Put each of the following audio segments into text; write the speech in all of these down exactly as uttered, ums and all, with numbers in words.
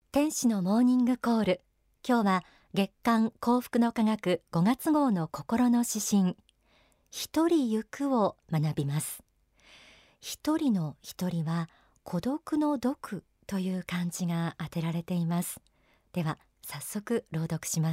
天使のモーニングコール。今日は月刊幸福の科学ごがつ号の心の指針、一人行くを学びます。一人の一人は孤独の独という漢字が当てられています。では早速朗読します。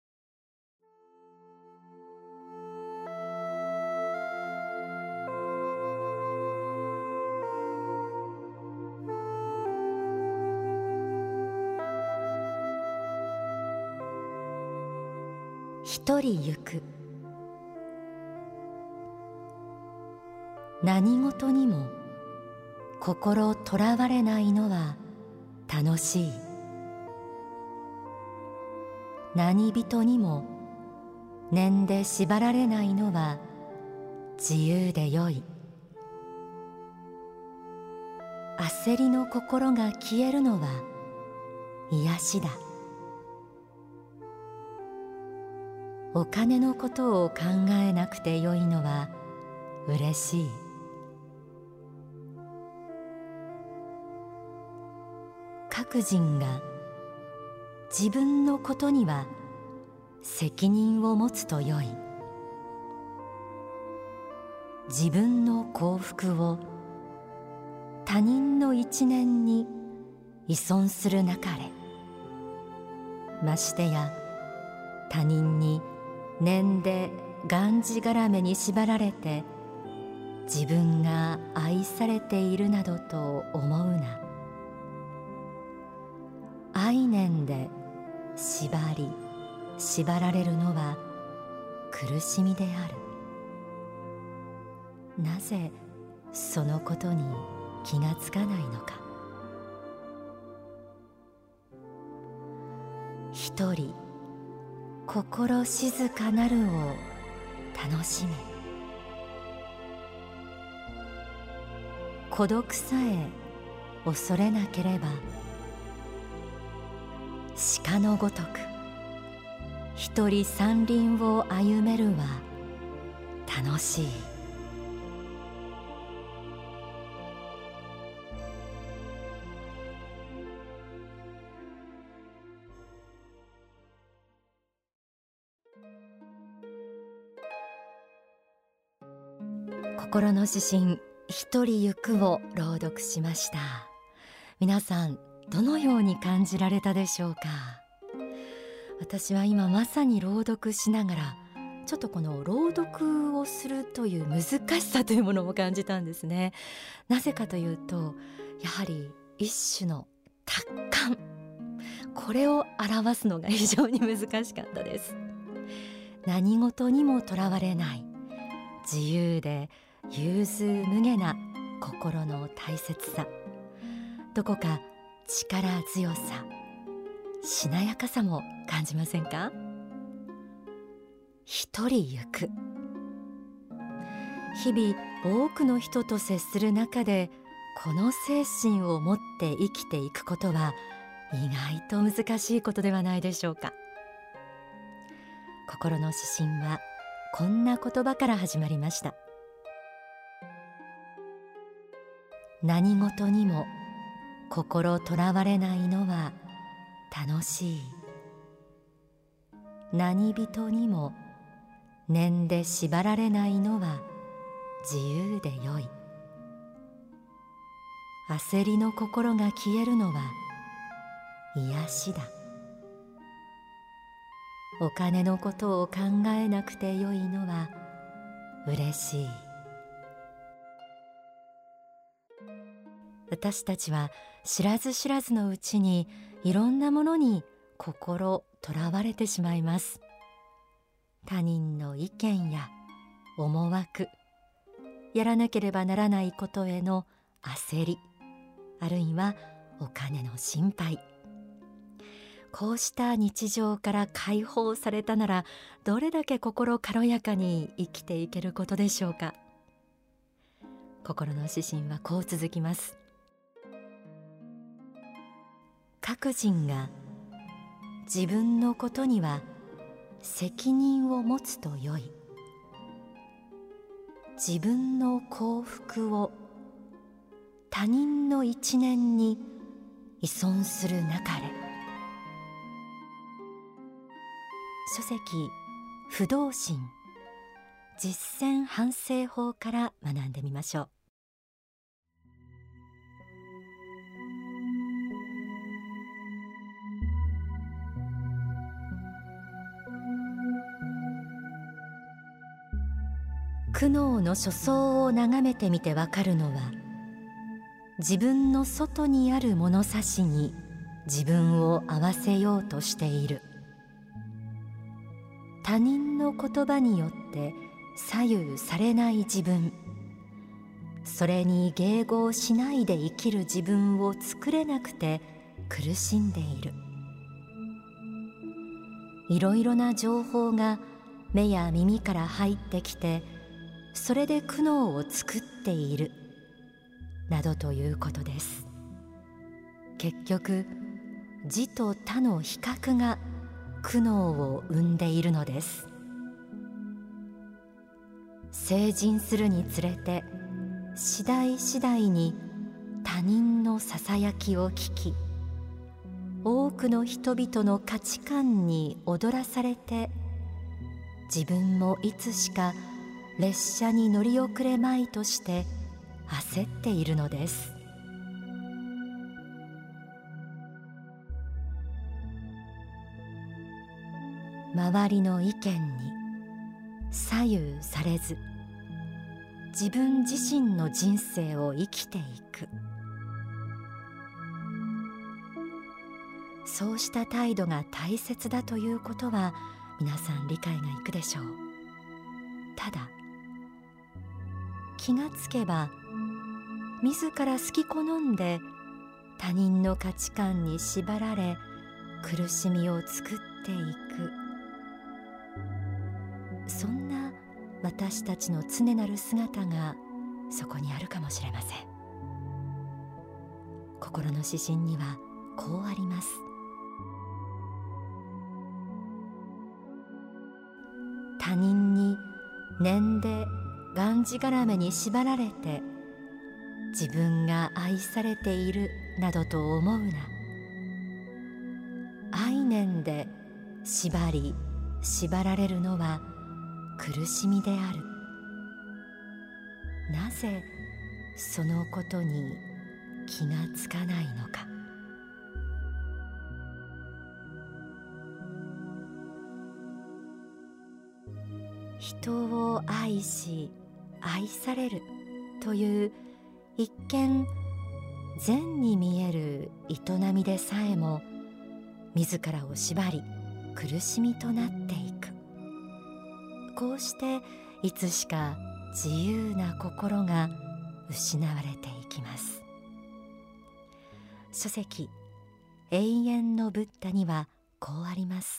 一人行く。何事にも心とらわれないのは楽しい。何人にも念で縛られないのは自由でよい。焦りの心が消えるのは癒しだ。お金のことを考えなくてよいのは嬉しい。各人が自分のことには責任を持つとよい。自分の幸福を他人の一念に依存するなかれ。ましてや他人に念でがんじがらめに縛られて自分が愛されているなどと思うな。愛念で縛り縛られるのは苦しみである。なぜそのことに気がつかないのか。一人心静かなるを楽しめ。孤独さえ恐れなければ鹿のごとく一人山林を歩めるは楽しい。心の指針、一人行くを朗読しました。皆さんどのように感じられたでしょうか。私は今まさに朗読しながらちょっとこの朗読をするという難しさというものも感じたんですね。なぜかというと、やはり一種の達観、これを表すのが非常に難しかったです。何事にもとらわれない自由で融通無下な心の大切さ、どこか力強さ、しなやかさも感じませんか。一人行く。日々多くの人と接する中でこの精神を持って生きていくことは意外と難しいことではないでしょうか。心の指針はこんな言葉から始まりました。何事にも心とらわれないのは楽しい。何人にも念で縛られないのは自由でよい。焦りの心が消えるのは癒しだ。お金のことを考えなくてよいのは嬉しい。私たちは知らず知らずのうちにいろんなものに心とらわれてしまいます。他人の意見や思惑、やらなければならないことへの焦り、あるいはお金の心配。こうした日常から解放されたなら、どれだけ心軽やかに生きていけることでしょうか。心の指針はこう続きます。各人が自分のことには責任を持つとよい。自分の幸福を他人の一念に依存するなかれ。書籍不動心実践反省法から学んでみましょう。苦悩の所相を眺めてみてわかるのは、自分の外にある物差しに自分を合わせようとしている。他人の言葉によって左右されない自分、それに迎合しないで生きる自分を作れなくて苦しんでいる。いろいろな情報が目や耳から入ってきて、それで苦悩を作っているなどということです。結局、自と他の比較が苦悩を生んでいるのです。成人するにつれて、次第次第に他人のささやきを聞き、多くの人々の価値観に踊らされて、自分もいつしか列車に乗り遅れまいとして焦っているのです。周りの意見に左右されず、自分自身の人生を生きていく、そうした態度が大切だということは皆さん理解がいくでしょう。ただ、気がつけば自ら好き好んで他人の価値観に縛られ苦しみを作っていく、そんな私たちの常なる姿がそこにあるかもしれません。心の指針にはこうあります。他人に念でがんじがらめに縛られて自分が愛されているなどと思うな。愛念で縛り縛られるのは苦しみである。なぜそのことに気がつかないのか。人を愛し愛されるという一見善に見える営みでさえも自らを縛り苦しみとなっていく。こうしていつしか自由な心が失われていきます。書籍永遠のブッダにはこうあります。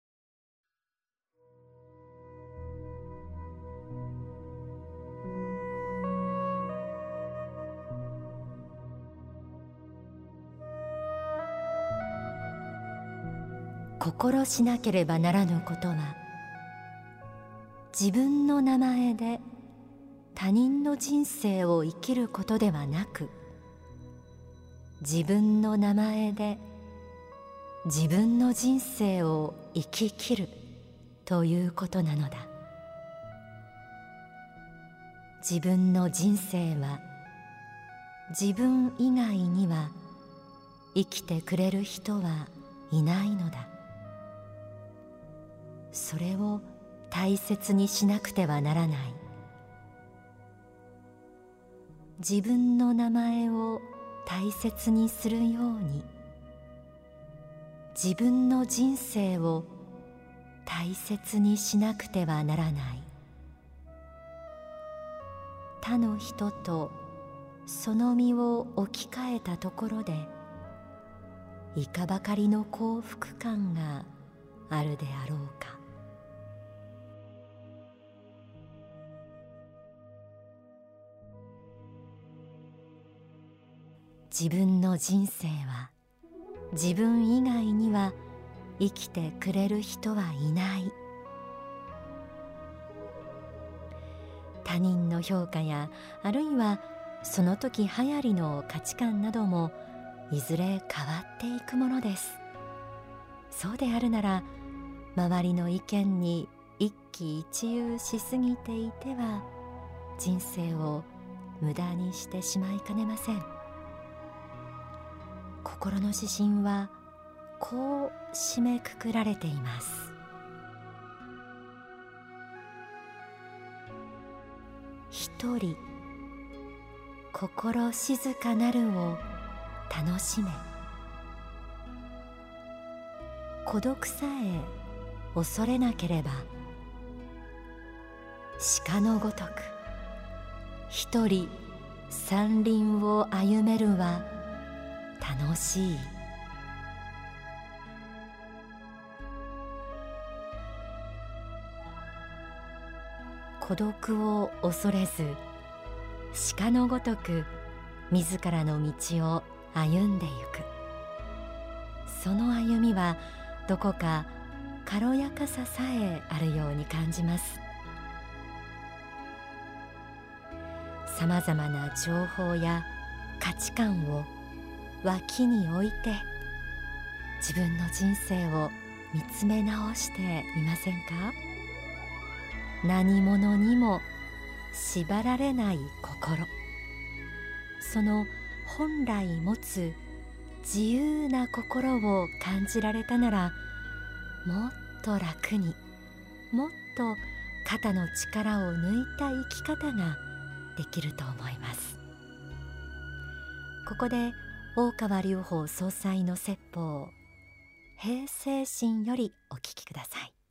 心しなければならぬことは、自分の名前で他人の人生を生きることではなく、自分の名前で自分の人生を生き切るということなのだ。自分の人生は自分以外には生きてくれる人はいないのだ。それを大切にしなくてはならない。自分の名前を大切にするように、自分の人生を大切にしなくてはならない。他の人とその身を置き換えたところで、いかばかりの幸福感があるであろうか。自分の人生は自分以外には生きてくれる人はいない。他人の評価や、あるいはその時流行りの価値観などもいずれ変わっていくものです。そうであるなら、周りの意見に一喜一憂しすぎていては人生を無駄にしてしまいかねません。心の指針はこう締めくくられています。一人心静かなるを楽しめ。孤独さえ恐れなければ、鹿のごとく一人山林を歩めるは楽しい。孤独を恐れず、鹿のごとく自らの道を歩んでゆく。その歩みはどこか軽やかささえあるように感じます。さまざまな情報や価値観を脇に置いて、自分の人生を見つめ直してみませんか。何者にも縛られない心、その本来持つ自由な心を感じられたなら、もっと楽に、もっと肩の力を抜いた生き方ができると思います。ここで大川隆法総裁の説法、平静心よりお聞きください。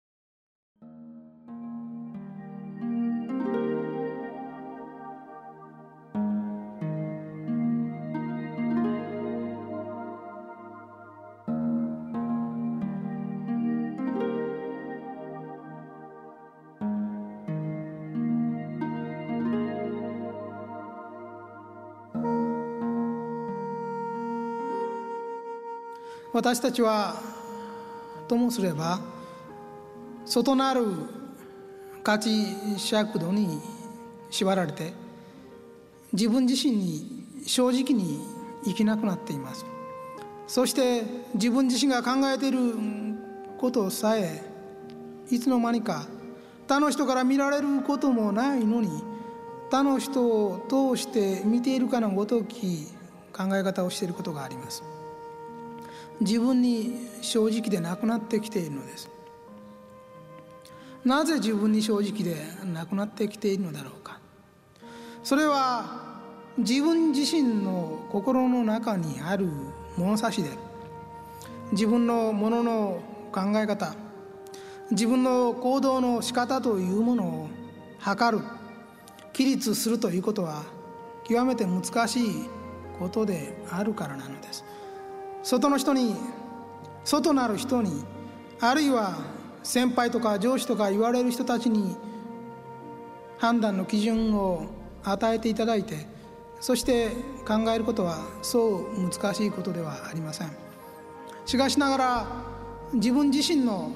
私たちはともすれば、外なる価値尺度に縛られて、自分自身に正直に生きなくなっています。そして自分自身が考えていることさえ、いつの間にか他の人から見られることもないのに、他の人を通して見ているかのごとき考え方をしていることがあります。自分に正直でなくなってきているのです。なぜ自分に正直でなくなってきているのだろうか。それは自分自身の心の中にある物差しで、自分のものの考え方、自分の行動の仕方というものを測る、規律するということは極めて難しいことであるからなのです。外の人に、外なる人に、あるいは先輩とか上司とか言われる人たちに判断の基準を与えていただいて、そして考えることはそう難しいことではありません。しかしながら、自分自身の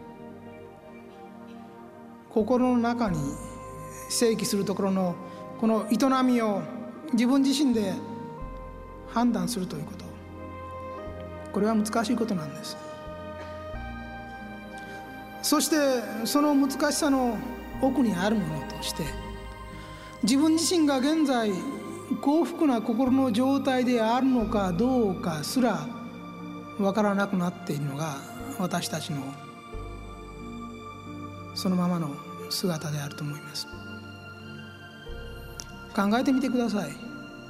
心の中に生起するところのこの営みを自分自身で判断するということ、これは難しいことなんです。そしてその難しさの奥にあるものとして、自分自身が現在幸福な心の状態であるのかどうかすら分からなくなっているのが私たちのそのままの姿であると思います。考えてみてください。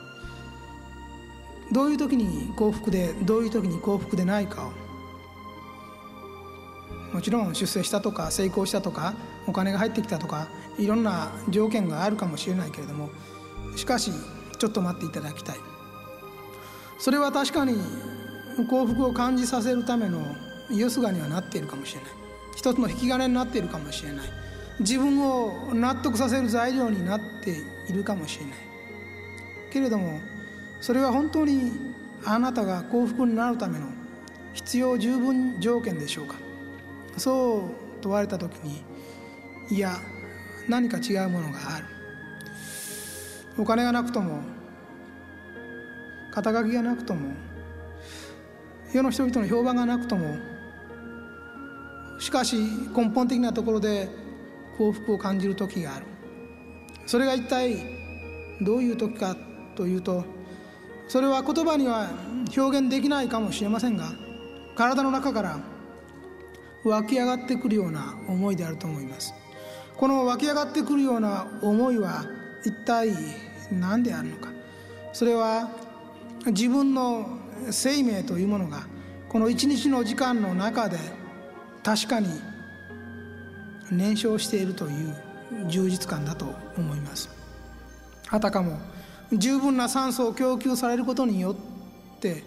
どういう時に幸福で、どういう時に幸福でないかを、もちろん出世したとか成功したとかお金が入ってきたとかいろんな条件があるかもしれないけれども、しかしちょっと待っていただきたい。それは確かに幸福を感じさせるためのよすがにはなっているかもしれない、一つの引き金になっているかもしれない、自分を納得させる材料になっているかもしれないけれども、それは本当にあなたが幸福になるための必要十分条件でしょうか。そう問われたときに、いや、何か違うものがある。お金がなくとも肩書きがなくとも、世の人々の評判がなくとも、しかし根本的なところで幸福を感じる時がある。それが一体どういう時かというと、それは言葉には表現できないかもしれませんが、体の中から湧き上がってくるような思いであると思います。この湧き上がってくるような思いは一体何であるのか。それは自分の生命というものがこの一日の時間の中で確かに燃焼しているという充実感だと思います。あたかも十分な酸素を供給されることによって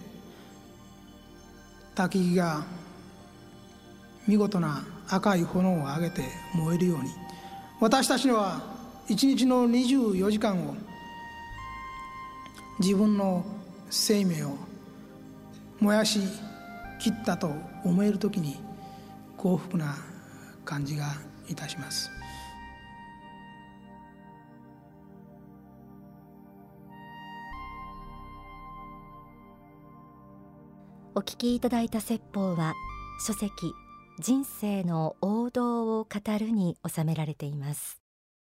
焚き木が見事な赤い炎を上げて燃えるように、私たちは一日のにじゅうよじかんを自分の生命を燃やし切ったと思えるときに幸福な感じがいたします。 お聞きいただいた説法は書籍人生の王道を語るに収められています。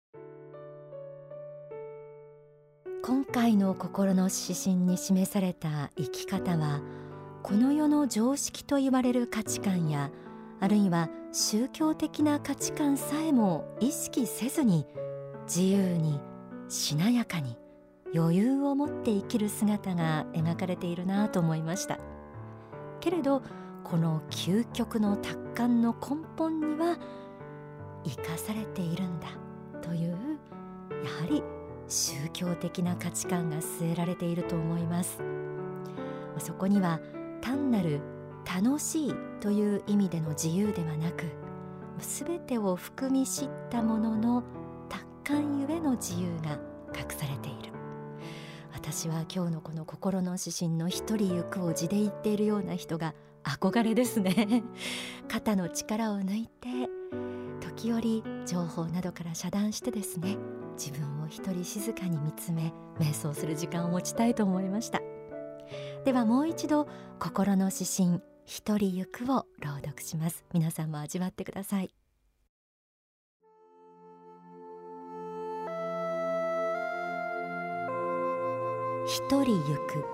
今回の心の指針に示された生き方は、この世の常識と言われる価値観や、あるいは宗教的な価値観さえも意識せずに、自由にしなやかに余裕を持って生きる姿が描かれているなと思いました。けれどこの究極の達観の根本には生かされているんだという、やはり宗教的な価値観が据えられていると思います。そこには単なる楽しいという意味での自由ではなく、すべてを含み知ったものの達観ゆえの自由が隠されている。私は今日のこの心の指針の一人行くを字で言っているような人が憧れですね。肩の力を抜いて、時折情報などから遮断してですね、自分を一人静かに見つめ瞑想する時間を持ちたいと思いました。ではもう一度心の指針一人行くを朗読します。皆さんも味わってください。一人行く。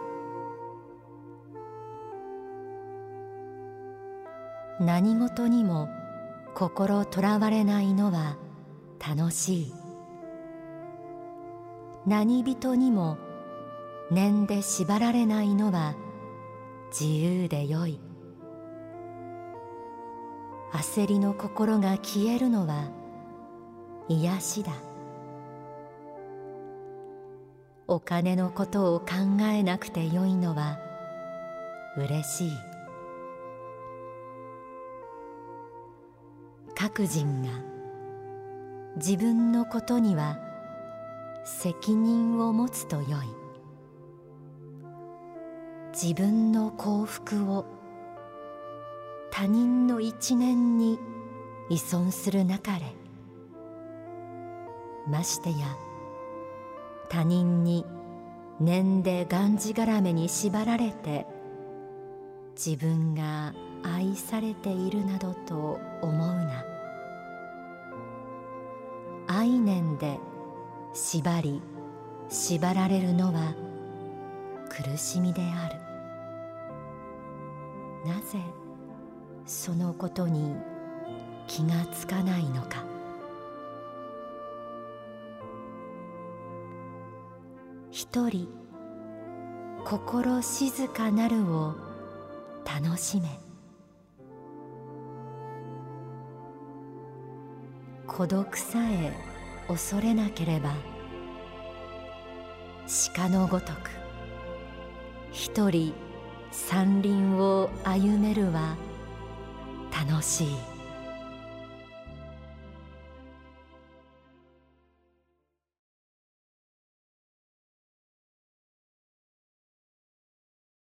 何事にも心とらわれないのは楽しい。何人にも念で縛られないのは自由でよい。焦りの心が消えるのは癒しだ。お金のことを考えなくてよいのは嬉しい。各人が自分のことには責任を持つとよい。自分の幸福を他人の一念に依存するなかれ。ましてや他人に念でがんじがらめに縛られて自分が愛されているなどと思うな。愛念で縛り縛られるのは苦しみである。なぜそのことに気がつかないのか。一人心静かなるを楽しめ。孤独さえ恐れなければ鹿のごとく一人山林を歩めるは楽しい。